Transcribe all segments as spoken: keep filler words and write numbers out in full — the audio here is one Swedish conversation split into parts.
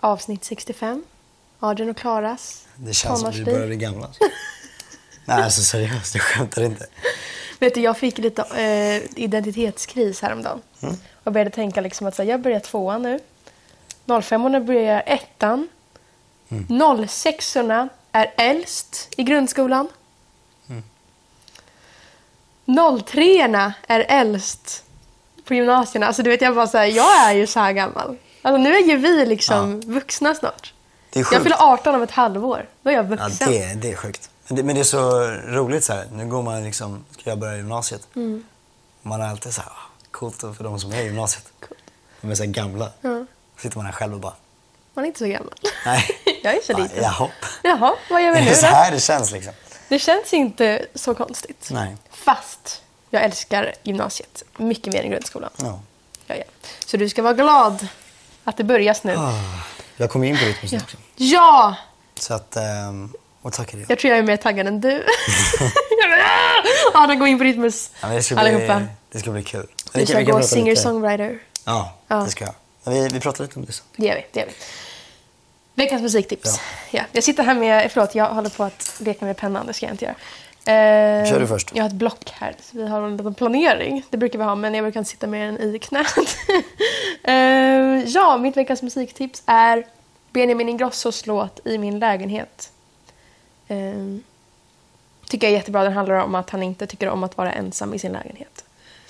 avsnitt sextiofem. Adrian och Klaras. Det känns som att vi börjar bli gamla. Nej, alltså seriöst, jag skämtar inte. Vet du, jag fick lite eh, identitetskris häromdagen. Mm. Och började tänka liksom att så här, jag börjar tvåan nu. noll fem-orna börjar ettan. Mm. noll sex-orna är äldst i grundskolan. Mm. noll tre-orna är äldst på gymnasierna. Alltså du vet, jag bara så här, jag är ju så här gammal. Alltså nu är ju vi liksom ja. vuxna snart. Det är sjukt. Jag fyller arton om ett halvår. Då är jag vuxen. Ja, det, det är sjukt. Men det, men det är så roligt så här. Nu går man liksom, ska jag börja gymnasiet. Mm. Man är alltid så här, coolt för de som är i gymnasiet. Cool. De är så här gamla. Mm. Så sitter man här själv och bara... Man är inte så gammal. Nej. Jag är så liten. Jaha. Jaha, vad gör vi nu då? Det är så här det känns liksom. Det känns inte så konstigt. Nej. Fast jag älskar gymnasiet mycket mer än grundskolan. Ja. Ja, ja. Så du ska vara glad att det börjas nu. Oh, jag kommer in på rytmus ja. också. Ja! Så att... Um, och tackar dig. Jag tror jag är mer taggad än du. Ja, då går in på rytmus. Ja, det, ska bli, det ska bli kul. Du ska gå singer-songwriter. Ja, ja, det ska jag. Vi, vi pratar lite om det så. Det gör vi, det gör vi. Veckans musiktips. Ja. Ja, jag sitter här med, förlåt, jag håller på att leka med pennan, det ska jag inte göra. Eh, Kör du först. Jag har ett block här, så vi har en liten planering. Det brukar vi ha, men jag brukar inte sitta mer än i knät. eh, ja, mitt veckans musiktips är Benjamin Ingrossos låt I min lägenhet. Eh, tycker jag är jättebra. Den handlar om att han inte tycker om att vara ensam i sin lägenhet.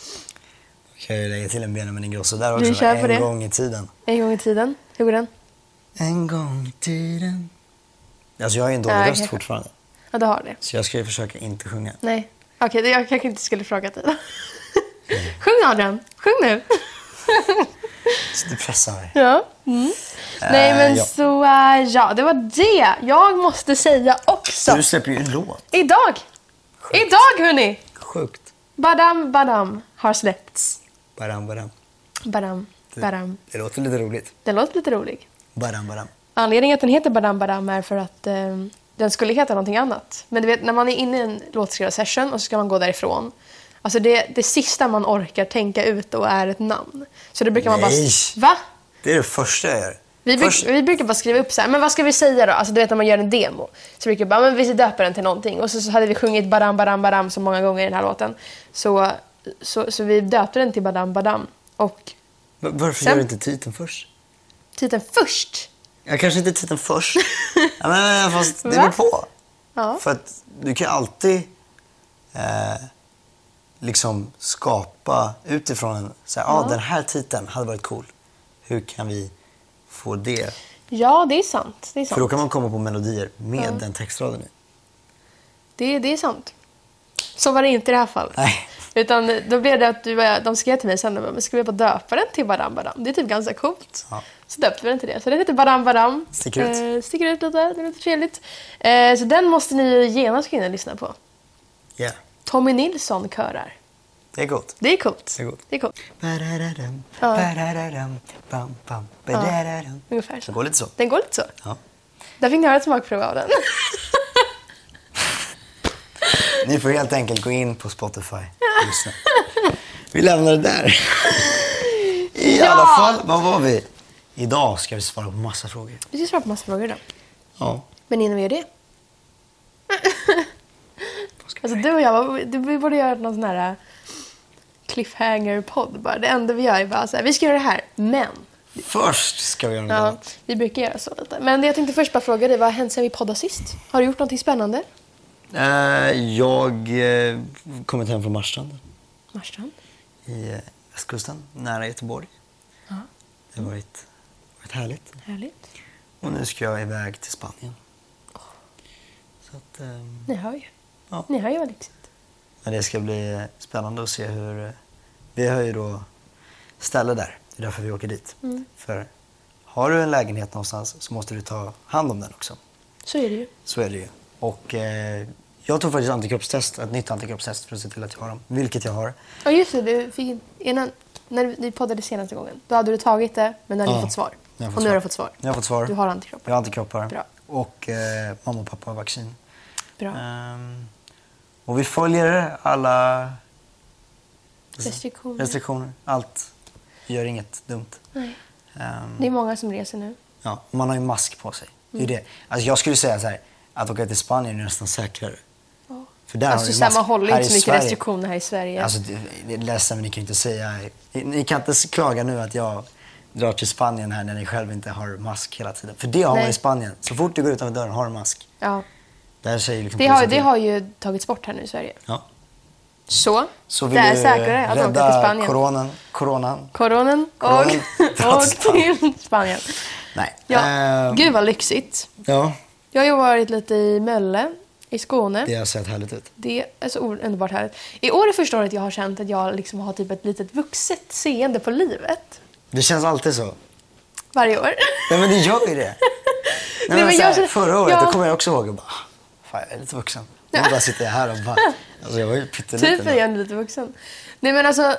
Kan jag lägga till en Benjamin Ingrosso där också? Du kör på en det. gång i tiden. En gång i tiden. Hur går den? En gång i tiden. Alltså jag har ju en dålig äh, röst okay. fortfarande. Ja, du har det. Så jag ska ju försöka inte sjunga. Nej. Okej, okay, jag kanske inte skulle fråga dig. Mm. Sjung Adrian. Sjung nu. Så du pressar mig. Ja. Mm. Uh, Nej, men ja. så uh, ja, det var det. Jag måste säga också. Du släpper ju en låt. Idag. Sjukt. Idag, hörni. Sjukt. Badam Badam har släppts. Badam Badam. Badam Badam. Det, det låter lite roligt. Det låter lite roligt. Badam Badam. Anledningen att den heter Badam Badam är för att eh, den skulle heta någonting annat. Men du vet, när man är inne i en låtskrivarsession och så ska man gå därifrån. Alltså det, det sista man orkar tänka ut då är ett namn. Så det brukar man bara... Nej. Va? Det är det första jag gör. Vi, Först... bruk, vi brukar bara skriva upp så här, men vad ska vi säga då? Alltså du vet när man gör en demo. Så brukar vi bara, men vi döper den till någonting. Och så, så hade vi sjungit Badam Badam Badam så många gånger i den här låten. Så, så, så vi döpte den till Badam Badam. Och varför sen, gör du inte titeln först? Titeln först? Jag kanske inte titeln först. Ja, men fast det beror på. Ja. För att du kan alltid eh, liksom skapa utifrån en så här, ja. ah, den här titeln hade varit cool. Hur kan vi få det? Ja, det är sant. Det är sant. För då kan man komma på melodier med ja. den textraden i. Det, det är sant. Så var det inte i det här fallet. Nej. Utan då blev det att du, de skrev till mig sen, men ska vi bara döpa den till Badam Badam? Det är typ ganska coolt. Ja. Så döpte vi den till det. Så den heter Badam Badam. Sticker ut. Eh, sticker ut lite, det är lite trevligt. Eh, så den måste ni genast kunna lyssna på. Ja. Yeah. Tommy Nilsson körar. Det är coolt. Det är coolt. Det är coolt. Det är coolt. Ba-da-da-dum, ba-da-da-dum, bam, bam, ba-da-da-dum. Ja, ungefär så. Den går lite så. Den går lite så. Ja. Där fick ni höra ett smakprov av den. Ni får helt enkelt gå in på Spotify och lyssna. Vi lämnar det där. I ja. alla fall, vad var vi? Idag ska vi svara på massa frågor. Vi ska svara på massa frågor idag. Ja. Men innan vi gör det. Alltså du och jag, du borde göra någon sån här cliffhanger-podd bara. Det enda vi gör är bara så här, vi ska göra det här, men... Först ska vi göra något ja, annat. Vi brukar göra så lite. Men jag tänkte först bara fråga dig, vad har hänt sen vi poddade sist? Har du gjort någonting spännande? Uh, jag uh, kommit hem från Marstrand. Marstrand? I uh, västkusten, nära Göteborg. Ja. Det har varit, varit härligt. Härligt. Och nu ska jag iväg till Spanien. Oh. Så att, um, Ni hör ju. Ja. Ni hör ju vad lyxigt. Men det ska bli spännande att se hur... Uh, vi har ju då ställe där. Det är därför vi åker dit. Mm. För har du en lägenhet någonstans så måste du ta hand om den också. Så är det ju. Så är det ju. Och eh, jag tog faktiskt antikroppstest, ett nytt antikroppstest för att se till att jag har dem. Vilket jag har. Ja just det, du fick innan, när vi poddade senaste gången. Då hade du tagit det, men nu har ja, du fått svar. Fått och svar. nu har du fått svar. Jag har fått svar. Du har antikroppar. Jag har antikroppar. Bra. Och eh, mamma och pappa har vaccin. Bra. Um, och vi följer alla restriktioner. restriktioner. Allt. Vi gör inget dumt. Nej. Um, det är många som reser nu. Ja, man har ju mask på sig. Det är det. Alltså jag skulle säga så här, att åka till Spanien är nästan säkrare. Ja. För där alltså, har så här, man håller inte så mycket Sverige, restriktioner här i Sverige. Alltså, det, det är ledsen, men ni kan ju inte säga... Ni kan inte klaga nu att jag drar till Spanien här när ni själv inte har mask hela tiden. För det har Nej. man i Spanien. Så fort du går utanför dörren har du mask. Ja. Där säger liksom det, har, det har ju tagits bort här nu i Sverige. Ja. Så, så det är säkrare att åka till Spanien. Coronan, coronan, coronan och, coronan och till Spanien. Nej. Ja. Uh, Gud vad lyxigt. Ja. Jag har ju varit lite i Mölle i Skåne. Det har sett härligt ut. Det är så underbart härligt. I år är första året jag har känt att jag liksom har typ ett litet vuxet seende på livet. Det känns alltid så. Varje år. Nej, men det gör ju det. Nej, Nej, men jag, här, förra året ja. då kommer jag också ihåg och bara, fan, jag är lite vuxen. Nu bara sitter jag här och bara, alltså jag var ju pytteliten. Typ är jag lite vuxen. Nej men alltså,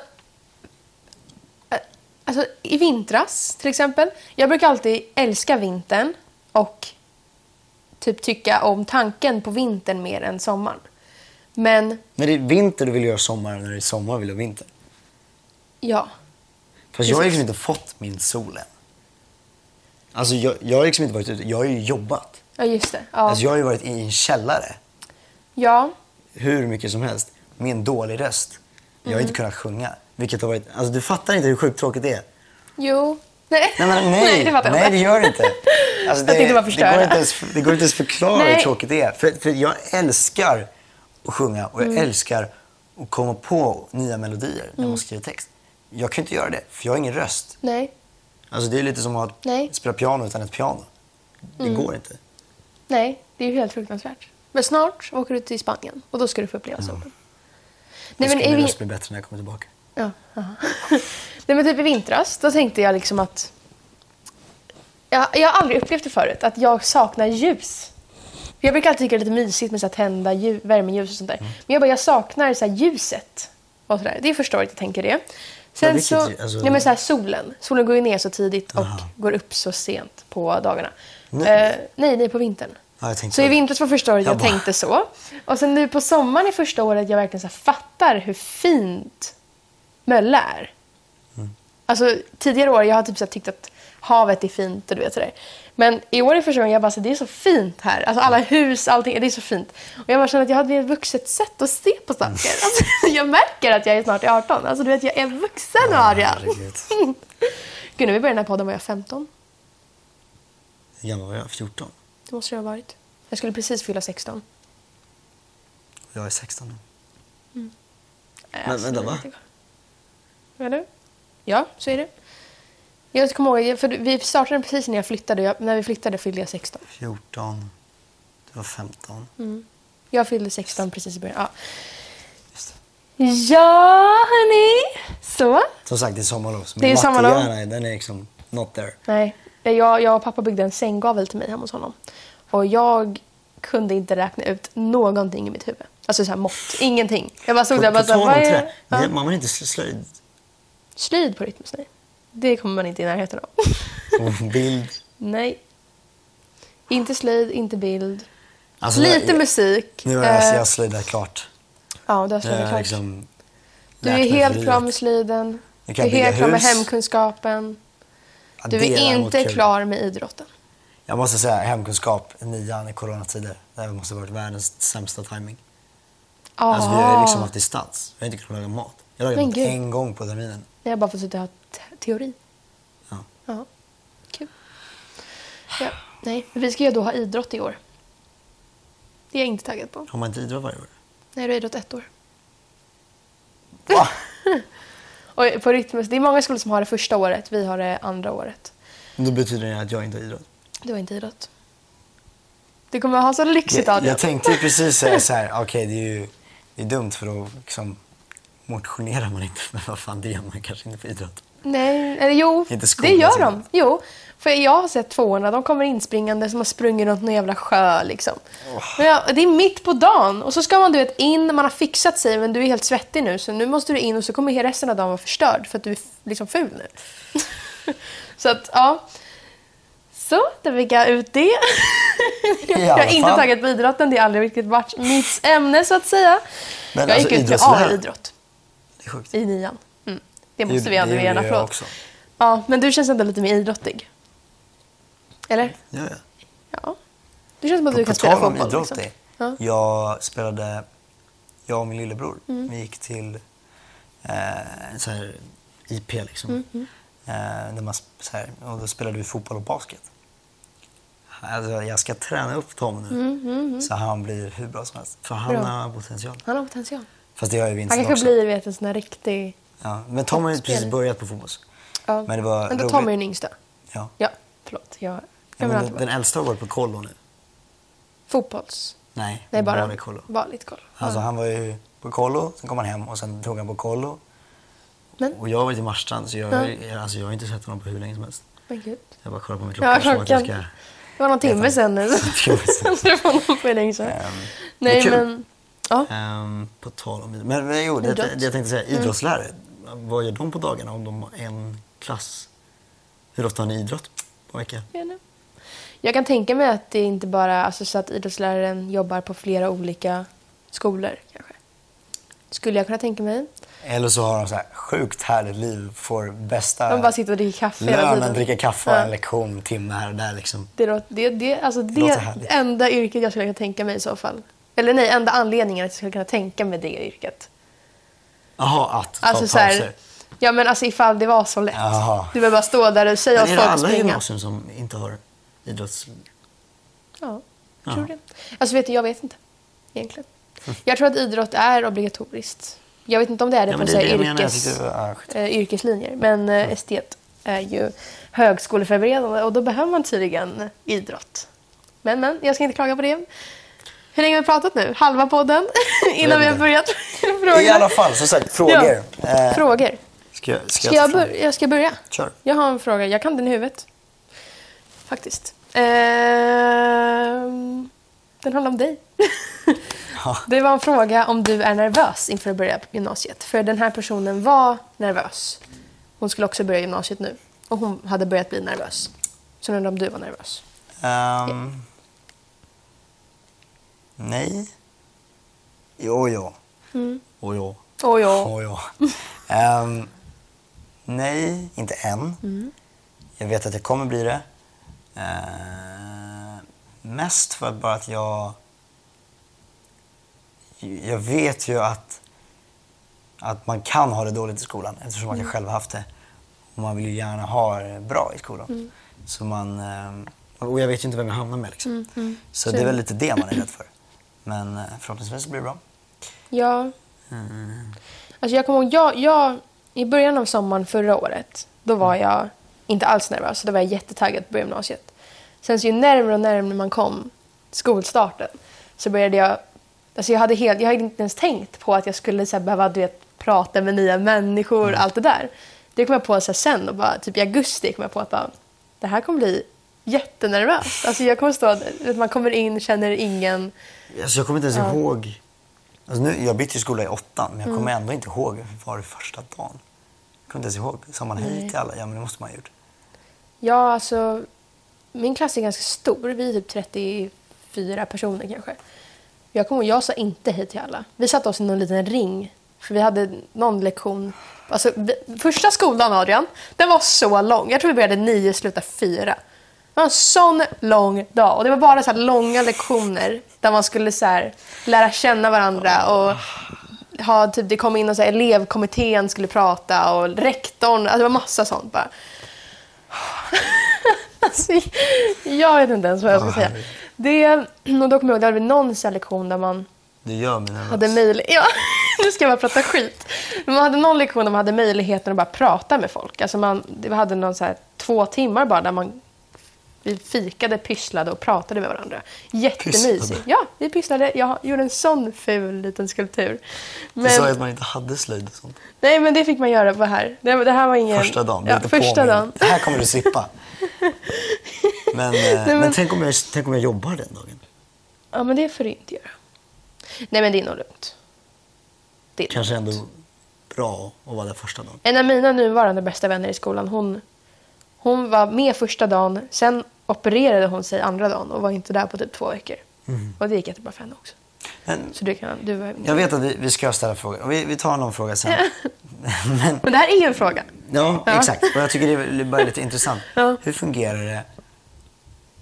alltså i vintras till exempel. Jag brukar alltid älska vintern och typ tycka om tanken på vintern mer än sommaren. Men när det är vinter du vill göra sommar, när det är sommar vill du vinter. Ja. Fast jag har liksom inte fått min sol än. Alltså jag, jag har liksom inte varit ute, jag har ju jobbat. Ja just det. Ja. Alltså jag har ju varit i en källare. Ja. Hur mycket som helst. Med en dålig röst. Jag har mm. inte kunnat sjunga. Vilket har varit, alltså du fattar inte hur sjukt tråkigt det är. Jo. Nej, nej, men, nej, nej det fattar jag nej, det gör det inte. Alltså, det, jag det, det, går inte ens, det går inte ens förklara nej. hur tråkigt det är. För, för jag älskar att sjunga och jag mm. älskar att komma på nya melodier när mm. man skriver text. Jag kan inte göra det, för jag har ingen röst. Nej. Alltså det är lite som att nej. spela piano utan ett piano. Det mm. går inte. Nej, det är ju helt fruktansvärt. Men snart åker du till Spanien och då ska du få uppleva solen. Mm. Nej, men min röst blir bättre när jag kommer tillbaka. Ja, nej men typ i vintras, då tänkte jag liksom att jag, jag har aldrig upplevt det förut, att jag saknar ljus. Jag brukar alltid tycka det är lite mysigt med så här tända ljus, värmeljus och sånt där. Mm. Men jag bara, jag saknar så här ljuset och sådär. Det är första året jag tänker det. Sen ja, så, alltså... nej men så här solen. Solen går ju ner så tidigt och Aha. går upp så sent på dagarna. Nej, uh, nej, nej på vintern. Ja, så i vintras var första året jag, jag bara... tänkte så. Och sen nu på sommaren är första året jag verkligen så här fattar hur fint Mölle är. Mm. Alltså tidigare år jag har typ så här tyckt att havet är fint och du vet sådär. Men i år är första gången jag bara så det är så fint här. Alltså alla hus, allting, det är så fint. Och jag bara känner att jag hade ett vuxet sätt att se på saker. Mm. Alltså, jag märker att jag är snart arton. Alltså du vet, jag är vuxen och Adrian. Gud, när vi började den här podden var jag femton. Hur gammal var jag? fjorton? Det måste jag ha varit. Jag skulle precis fylla sexton. Jag är sexton nu. Mm. Men alltså, vänta, va? Är du? Ja, så är det. Jag kommer ihåg, för vi startade precis när jag flyttade. Jag, när vi flyttade fyllde jag sexton. fjorton. Du var femton. Mm. Jag fyllde sexton precis i början. Ja. Just det. Ja, hörni. Så. Som sagt, det är sommarlov. Det är sommarlov. Den är liksom not there. Nej. Jag, jag och pappa byggde en sänggavel till mig hemma hos honom. Och jag kunde inte räkna ut någonting i mitt huvud. Alltså så här mått. Ingenting. Jag bara såg det. Bara så här, vad är... ja. Man har inte slöjd. Slöjd på Rytmus, nej. Det kommer man inte i närheten av. Och bild? Nej. Inte slöjd, inte bild. Alltså, lite jag, musik. Nu har jag, jag slöjdat klart. Ja, du har slöjdat klart. Liksom du är helt klar med slöjden. Du är helt klar med hemkunskapen. Ja, du är inte klar med idrotten. Jag måste säga hemkunskap nian i coronatider. Det här måste ha varit världens sämsta timing. Ah. Alltså vi har liksom haft distans. Vi har inte kunnat laga mat. Jag lagade mat en gång på terminen. Jag har bara fått sitta och ha te- teori. Ja. Ja. Kul. Ja. Nej, vi ska ju då ha idrott i år. Det är jag inte taggad på. Har man inte idrott varje år? Nej, du har idrott ett år. Va? Och på Rytmus, det är många skolor som har det första året. Vi har det andra året. Då betyder det att jag inte har idrott? Du har inte idrott. Det kommer att ha så lyxigt av det. Jag tänkte ju precis säga så här, okej okay, det är ju det är dumt för då liksom motionerar man inte. Men vad fan, det gör man kanske inte på idrott. Nej, eller jo, det gör de. Jo, för jag har sett tvåorna, de kommer inspringande som har sprungit runt någon jävla sjö liksom. Oh. Men ja, det är mitt på dagen. Och så ska man du vet in, man har fixat sig men du är helt svettig nu. Så nu måste du in och så kommer resten av dagen vara förstörd för att du är liksom ful nu. Så att, ja. Så, där fick jag ut det. Jag har inte tagit på idrotten, det är aldrig riktigt varit mitt ämne så att säga. Men jag gick alltså, ut till A-idrott. Det är sjukt. I nian. Mm. Det måste det, vi ändå ge en applåd. Ja, men du känns ändå lite mer idrottig. Eller? Ja, ja. Ja. Det känns som att på, du kan på spela tal om fotboll. idrott, Liksom. ja. Jag spelade, jag och min lillebror, mm. vi gick till eh, så här I P liksom. Mm. Mm. Eh, där man, så här, och då spelade vi fotboll och basket. Alltså, jag ska träna upp Tom nu. Mm, mm, mm. Så han blir hur bra som helst. För han bra. har potential. Han har potential. Fast det har ju Vincent också. Han kanske också. blir vet, en sån här riktig... Ja, men Tom har ju precis börjat på fotboll. Ja. Men det var men då Tom är den yngsta. Ja. Ja, förlåt. Jag, jag ja, den, den äldsta har varit på kollo nu. Fotbolls? Nej, Nej bara vanligt kollo. Vanligt kollo. Alltså ja. han var ju på kollo, sen kom han hem och sen tog han på kollo. Men? Och jag var i Marstrand så jag, ja. jag, alltså, jag har inte sett honom på hur länge som helst. Men gud. Jag bara kollar på min klocka. Ja, klockan. Ska... Det var någon timme sen nu. Det var någon på länge sedan. Um, Nej, men... Ja. Um, på tal om idrott. Men, men jo, det, det jag tänkte säga, idrottslärare. Mm. Vad gör de på dagarna om de har en klass? Hur ofta har ni idrott på veckan? Jag kan tänka mig att det inte bara alltså, så att idrottsläraren jobbar på flera olika skolor kanske. Skulle jag kunna tänka mig. Eller så har de så här sjukt härligt liv, får bästa de bara sitter och dricker kaffe lönen, dricker kaffe och ja. en lektion, timme här och där liksom. Det är det, det, alltså det, det enda yrket jag skulle kunna tänka mig i så fall. Eller nej, enda anledningen att jag skulle kunna tänka mig det yrket. Jaha, att ta alltså, pauser. Så här, ja men alltså ifall det var så lätt. Jaha. Du behöver bara stå där och säga åt folk att springa. Men är det alla gymnasium som inte har idrotts... Ja, jag tror det. Alltså vet du, jag vet inte egentligen. Mm. Jag tror att idrott är obligatoriskt. Jag vet inte om det är det ja, på det så här, det yrkes, menar, äh, yrkeslinjer. Men äh, estet är ju högskoleförberedande och då behöver man tydligen idrott. Men, men, jag ska inte klaga på det. Hur länge har vi pratat nu? Halva podden innan vi har börjat fråga. I alla fall, så sagt, frågor. Ja. Eh, frågor. Ska jag, ska ska jag, jag, bör- jag ska börja? Kör. Jag har en fråga. Jag kan den i huvudet. Faktiskt. Eh, den handlar om dig. Ja. Det var en fråga om du är nervös inför att börja på gymnasiet. För den här personen var nervös. Hon skulle också börja gymnasiet nu. Och hon hade börjat bli nervös. Så jag undrar om du var nervös. Um, ja. Nej. Jo, jo. Mm. Oh, jo. Oh, jo. Oh, jo. um, nej, inte än. Mm. Jag vet att jag kommer bli det. Uh, mest för att bara att jag... Jag vet ju att, att man kan ha det dåligt i skolan eftersom mm. att jag själv har haft det. Och man vill ju gärna ha det bra i skolan. Mm. Så man, och jag vet ju inte vem jag hamnar med. Liksom. Mm. Mm. Så det är väl lite det man är rädd för. Men förhoppningsvis blir det bra. Ja. Mm. Alltså jag kommer ihåg, jag, jag, i början av sommaren förra året, då var jag inte alls nervös. Då var jag jättetaggad på gymnasiet. Sen så ju närmare och närmare man kom skolstarten så började jag... Alltså jag hade helt, jag hade inte ens tänkt på att jag skulle så här, behöva du vet, prata med nya människor, mm. allt det där. Det kom jag på så här, sen och bara, typ i augusti kom jag på att bara, det här kommer bli jättenervöst. Alltså jag kommer stå att man kommer in, känner ingen. Alltså jag kommer inte ens ja. ihåg. Alltså nu, jag bytte ju skola i åttan, men jag kommer mm. ändå inte ihåg var det första dagen. Jag kommer inte ens ihåg. Sa man hej till alla? Ja, men det måste man ha gjort. Ja, alltså min klass är ganska stor. Vi är typ trettiofyra personer kanske. Jag kommer jag sa inte hej till alla. Vi satt oss i någon liten ring. För vi hade någon lektion. Alltså, vi, första skolan, Adrian, den var så lång. Jag tror vi började nio, sluta fyra. Det var en sån lång dag. Och det var bara så här långa lektioner. Där man skulle så här, lära känna varandra. Och ha, typ, det kom in och så här, elevkommittén skulle prata. Och rektorn. Alltså, det var massa sånt bara. Alltså, jag vet inte ens vad jag ska säga. Det, och då kommer jag ihåg, det hade någon så här lektion där man det gör mig hade möjlighet. Ja, nu ska jag bara prata skit. Men man hade någon lektion där man hade möjligheten att bara prata med folk. Alltså man, det hade någon så här två timmar bara där man vi fikade, pysslade och pratade med varandra. Jättemysigt. Ja, vi pysslade. Jag gjorde en sån ful liten skulptur. Men, du sa att man inte hade slöjd och sånt. Nej, men det fick man göra på här. Det, det här var ingen... Första dagen. Ja, första dagen. Det här kommer du slippa. Men, Nej, men... men tänk, om jag, tänk om jag jobbar den dagen. Ja, men det får du inte göra. Nej, men det är nog lugnt. Det är kanske lugnt. Ändå bra att vara där första dagen. En av mina nuvarande bästa vänner i skolan, hon, hon var med första dagen. Sen opererade hon sig andra dagen och var inte där på typ två veckor. Mm. Och det gick jättebra för henne också. Men, så du kan, du var jag vet att vi, vi ska ställa frågor. Och vi, vi tar någon fråga sen. men, men det här är en fråga. Ja, ja, exakt. Och jag tycker det är bara lite intressant. Ja. Hur fungerar det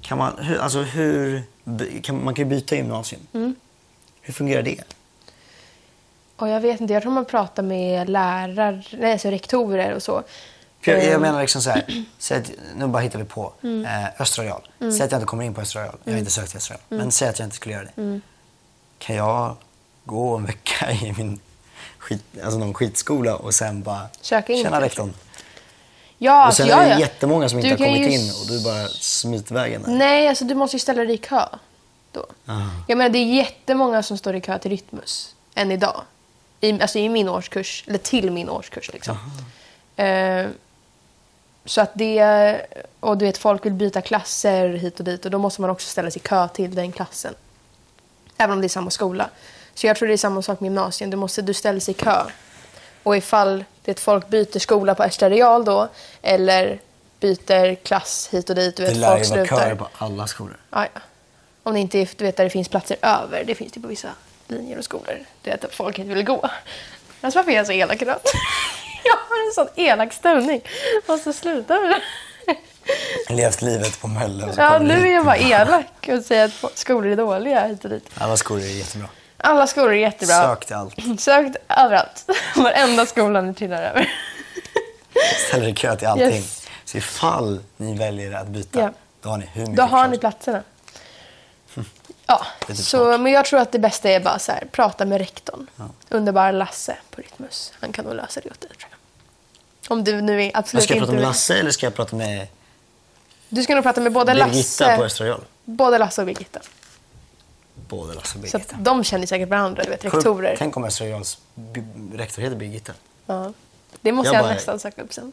kan man, hur, alltså hur, kan, man kan ju byta gymnasium. Mm. Hur fungerar det? Och jag vet inte, jag tror man pratar med lärare, nej, alltså rektorer och så. För jag, jag menar liksom så här, så att, nu bara hittar vi på mm. eh, Östra Real. Mm. Säg att jag inte kommer in på Östra Real, jag har inte sökt till Östra Real. Mm. Men säg att jag inte skulle göra det. Mm. Kan jag gå en vecka i min skit, alltså någon skitskola och sen bara känna rektorn? Ja, och sen alltså, är det ja, ja. jättemånga som inte du har kommit ju... in och du bara smiter vägen där. Nej, alltså du måste ju ställa dig i kö då. Aha. Jag menar, det är jättemånga som står i kö till Rytmus än idag. I, alltså i min årskurs, eller till min årskurs liksom. Eh, så att det, och du vet, folk vill byta klasser hit och dit och då måste man också ställa sig i kö till den klassen. Även om det är samma skola. Så jag tror det är samma sak med gymnasien. Du måste, du ställer sig i kö. Och ifall det är att folk byter skola på Östra Real då, eller byter klass hit och dit, du vet, det lär folk ju vara slutar. köer på alla skolor. Ja, ja. Om det inte är, du vet, där det finns platser över. Det finns det på vissa linjer och skolor. Det är att folk inte vill gå. Alltså varför är jag så elak idag? Jag har en sån elak stämning. Jag måste sluta med det. Levt livet på Mölle. Ja, nu är jag bara elak och säger att skolor är dåliga hit och dit. Alla skolor är jättebra. Alla skolor är jättebra. Sökt allt. Sökt överallt. Varenda skolan ni trillar över. Ställer i kö till allting. Yes. Så ifall ni väljer att byta, yeah. då har ni hur mycket Då har chans. ni platserna. Mm. Ja, typ så, men jag tror att det bästa är bara så här, prata med rektorn. Ja. Underbara Lasse på Rytmus. Han kan nog lösa det åt dig, tror jag. Om du nu är absolut inte... Ska jag prata med Lasse eller ska jag prata med... Du ska nog prata med både Lasse... Birgitta på Östra Real. Både Lasse och Birgitta. Både Lasse och Birgitta. Så de känner säkert varandra, du vet, rektorer. Tänk om Östra Reals rektor heter Birgitta. Ja. Det måste jag, jag bara... nästan söka upp sen.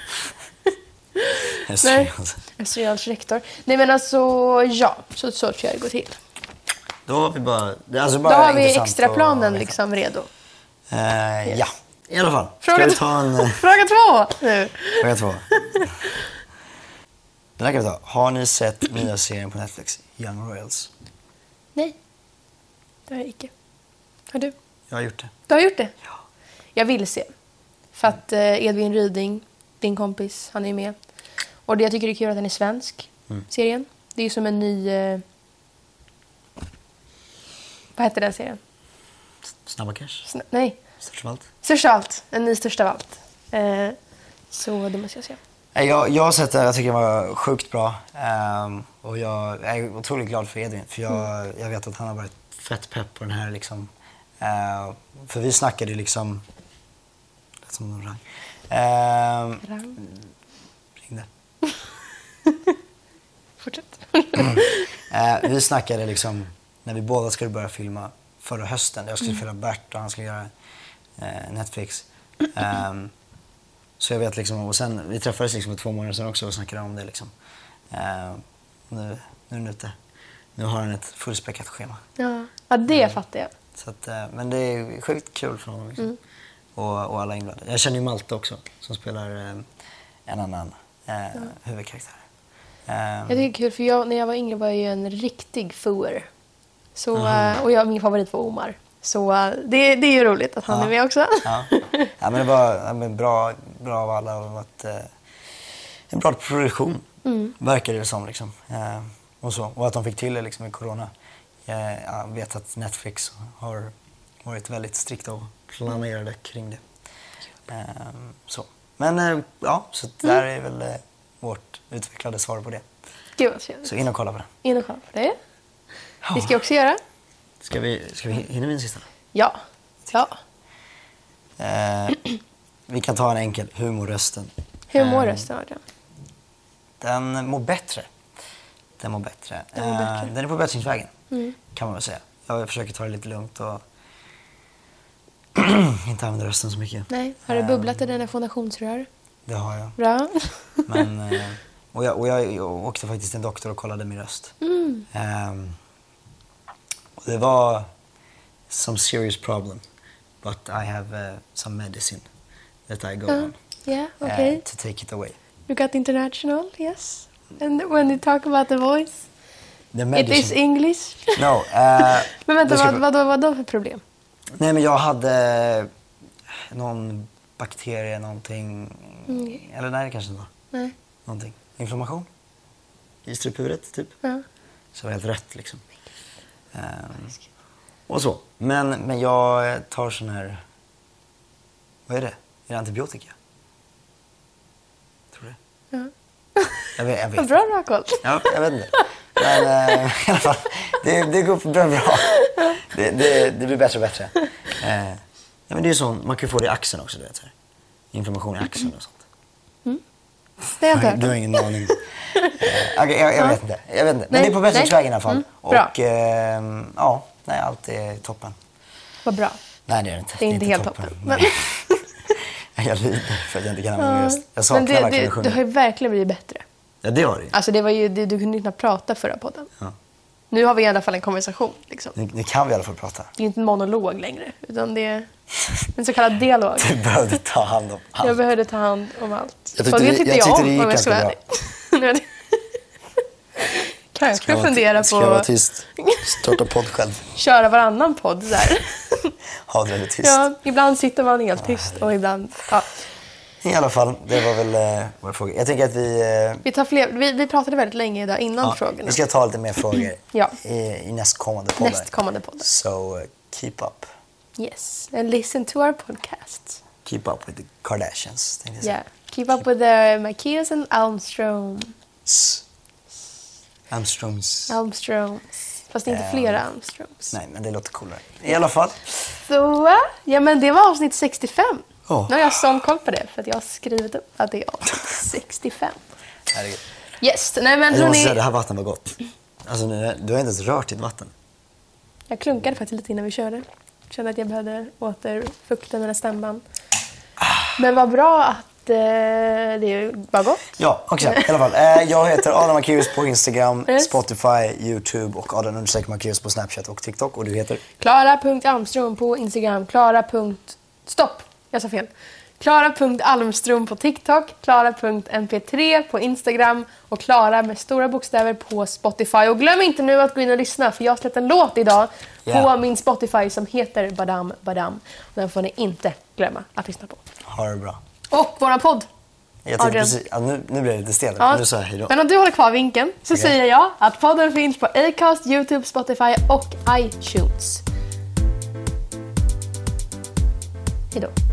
Nej, Östra Reals rektor. Nej, men alltså, ja, så, så tror jag det går till. Då har vi bara... Det är alltså bara Då har vi extraplanen och... liksom redo. Uh, yes. Ja, i alla fall. Fråga, vi ta en... Fråga två nu. Fråga två. Den här kan vi ta. Har ni sett nya serien på Netflix, Young Royals? Nej, det har jag inte. Har du? Jag har gjort det. Du har gjort det? Ja. Jag vill se. För att eh, Edvin Ryding, din kompis, han är med. Och det jag tycker är kul att den är svensk, mm. serien. Det är som en ny... Eh... Vad heter den serien? Snabba Cash? Sna- nej. Största av allt? Största av allt. En ny Största av allt. Eh, så det måste jag se. Jag, jag har sett det, jag tycker det var sjukt bra. Um, och jag är otroligt glad för Edvin. För jag, mm. jag vet att han har varit fett pepp på den här. Liksom. Uh, för vi snackade liksom... Lät som någon rang. Uh, rang? Ringde. Fortsätt. mm. uh, vi snackade liksom när vi båda skulle börja filma förra hösten. Jag skulle mm. filma Bert och han skulle göra uh, Netflix. Um, Så jag vet liksom, och sen, vi träffades liksom för två månader sedan också och snackade om det liksom. Uh, nu, nu är det ute. Nu har han ett fullspäckat schema. Ja, ja det uh, fattar jag. Så att, uh, men det är sjukt kul för honom liksom. Mm. Och, och alla inblandade. Jag känner ju Malte också, som spelar uh, en annan uh, ja. huvudkaraktär. Uh, jag tycker det är kul, för jag, när jag var yngre var jag ju en riktig fuer. Så, uh, och jag, min favorit var Omar. Så det, det är ju roligt att han ja. är med också. Ja. Ja, men det var ja, men bra, bra av alla och att, eh, en bra produktion, mm. verkar det som. Liksom. Eh, och, så. Och att de fick till det liksom, i corona. Jag, jag vet att Netflix har varit väldigt strikta och planerade kring det. Eh, så. Men eh, ja, så mm. där är väl eh, vårt utvecklade svar på det. Gud vad trevligt. Så in och kolla på det. In och kolla på det. Det ska jag också göra. Ska vi, ska vi hinna med en sista? Ja. ja. Eh, vi kan ta en enkel. Humorrösten. Hur mår eh, rösten, Adrian? Den mår bättre. Den mår bättre. Den, mår bättre. Eh, den är på bättringsvägen, mm. kan man väl säga. Jag försöker ta det lite lugnt och inte använda rösten så mycket. Nej. Har du bubblat i dina fondationsrör? Det har jag. Bra. Men, eh, och jag, och jag, jag åkte faktiskt till en doktor och kollade min röst. Mm. Eh, och det var some serious problem. But I have uh, some medicine that I go uh, on yeah, okay. uh, to take it away. You got international, yes. And when you talk about the voice, the medicine. It is English. No. Uh, men vänta, vad, vad, vad, vad då för problem? Nej, men jag hade någon bakterie, någonting. Mm. Eller nej, det kanske inte var. Nej. Någonting. Inflammation? i struphuvudet typ. Ja. Så det var helt rött liksom. Um, och så. Men, men jag tar sån här... Vad är det? Är det antibiotika? Tror du det? Ja. Jag vet, jag vet. Vad bra du har koll. Ja, jag vet inte. Men äh, i alla fall, det, det går bra bra. Det, det, det blir bättre och bättre. Äh, ja, men det är ju sånt, man kan få det i axeln också, du vet. Så här. Inflammation i axeln och sånt. Mm. Det har jag inte hört. Du har ingen aning. äh, okay, jag, jag, ja. vet inte. jag vet inte. Men nej, det är på bättringsvägen i alla fall. Mm, bra. Och äh, ja, nej, allt är toppen. Vad bra. Nej, det är det inte. Det är inte, det är helt toppen. toppen. Men... jag lider för att jag inte kan använda ja. min röst. Jag saknar men det, verkligen det, att sjunga. du har ju verkligen blivit bättre. Ja, det har det ju. Alltså det var ju, det, du kunde inte prata förra podden. Ja. Nu har vi i alla fall en konversation. Liksom. Nu, nu kan vi i alla fall prata. Det är inte en monolog längre, utan det är en så kallad dialog. Du behövde ta hand om allt. Jag behövde ta hand om allt. Jag tyckte, och det det, tyckte jag, jag, tyckte om, det gick om jag ska ganska vara bra. ärlig. Kanske Ska jag fundera vara, på ska jag vara tyst? Starta podd själv. köra varannan podd där. Ha det väldigt tyst. Ja, ibland sitter man helt tyst och ibland... Ja. I alla fall, det var väl uh, våra frågor. Jag tänker att vi... Uh, Vi, tar fler, vi, vi pratade väldigt länge idag innan ja, frågorna. vi ska ta lite mer frågor ja. i, i nästkommande poddar. Nästkommande poddar. So uh, keep up. Yes, and listen to our podcast. Keep up with the Kardashians. Jag Yeah, keep up with the Makias and Almstrom. Almstroms. Almstroms. Fast det är inte Um, flera Almstroms. Nej, men det låter coolare. I alla fall. Så, ja men det var avsnitt sextiofem. Oh. Nu har jag sån koll på det för att jag har skrivit upp att det är avsnitt sextiofem. Herregud. Yes, nej men Jag måste hörni, säga, det här vattnet var gott. Alltså, nu, du har inte ens rört ditt vatten. jag klunkade faktiskt lite innan vi körde. Kände att jag behövde återfukta mina stämband. Men vad bra att eh, det var gott. Ja, också. I alla fall. Eh, jag heter Adam Marcus på Instagram, Yes. Spotify, YouTube och Adam understreck Marcus på Snapchat och TikTok. Och du heter? Klara punkt Almström på Instagram. Klara. Stopp, jag sa fel. Klara punkt Almström på TikTok. Klara punkt M P tre på Instagram. Och Klara med stora bokstäver på Spotify. Och glöm inte nu att gå in och lyssna, för jag har släppt en låt idag Yeah. på min Spotify som heter Badam Badam. Den får ni inte glömma att lyssna på. Ha det bra. Och våran podd. Jag tänkte Adrian. precis, ja, nu, nu blir det lite stel. Ja. Nu sa jag hej då. Men om du håller kvar vinkeln så Okej. säger jag att podden finns på Acast, YouTube, Spotify och iTunes. Hej då.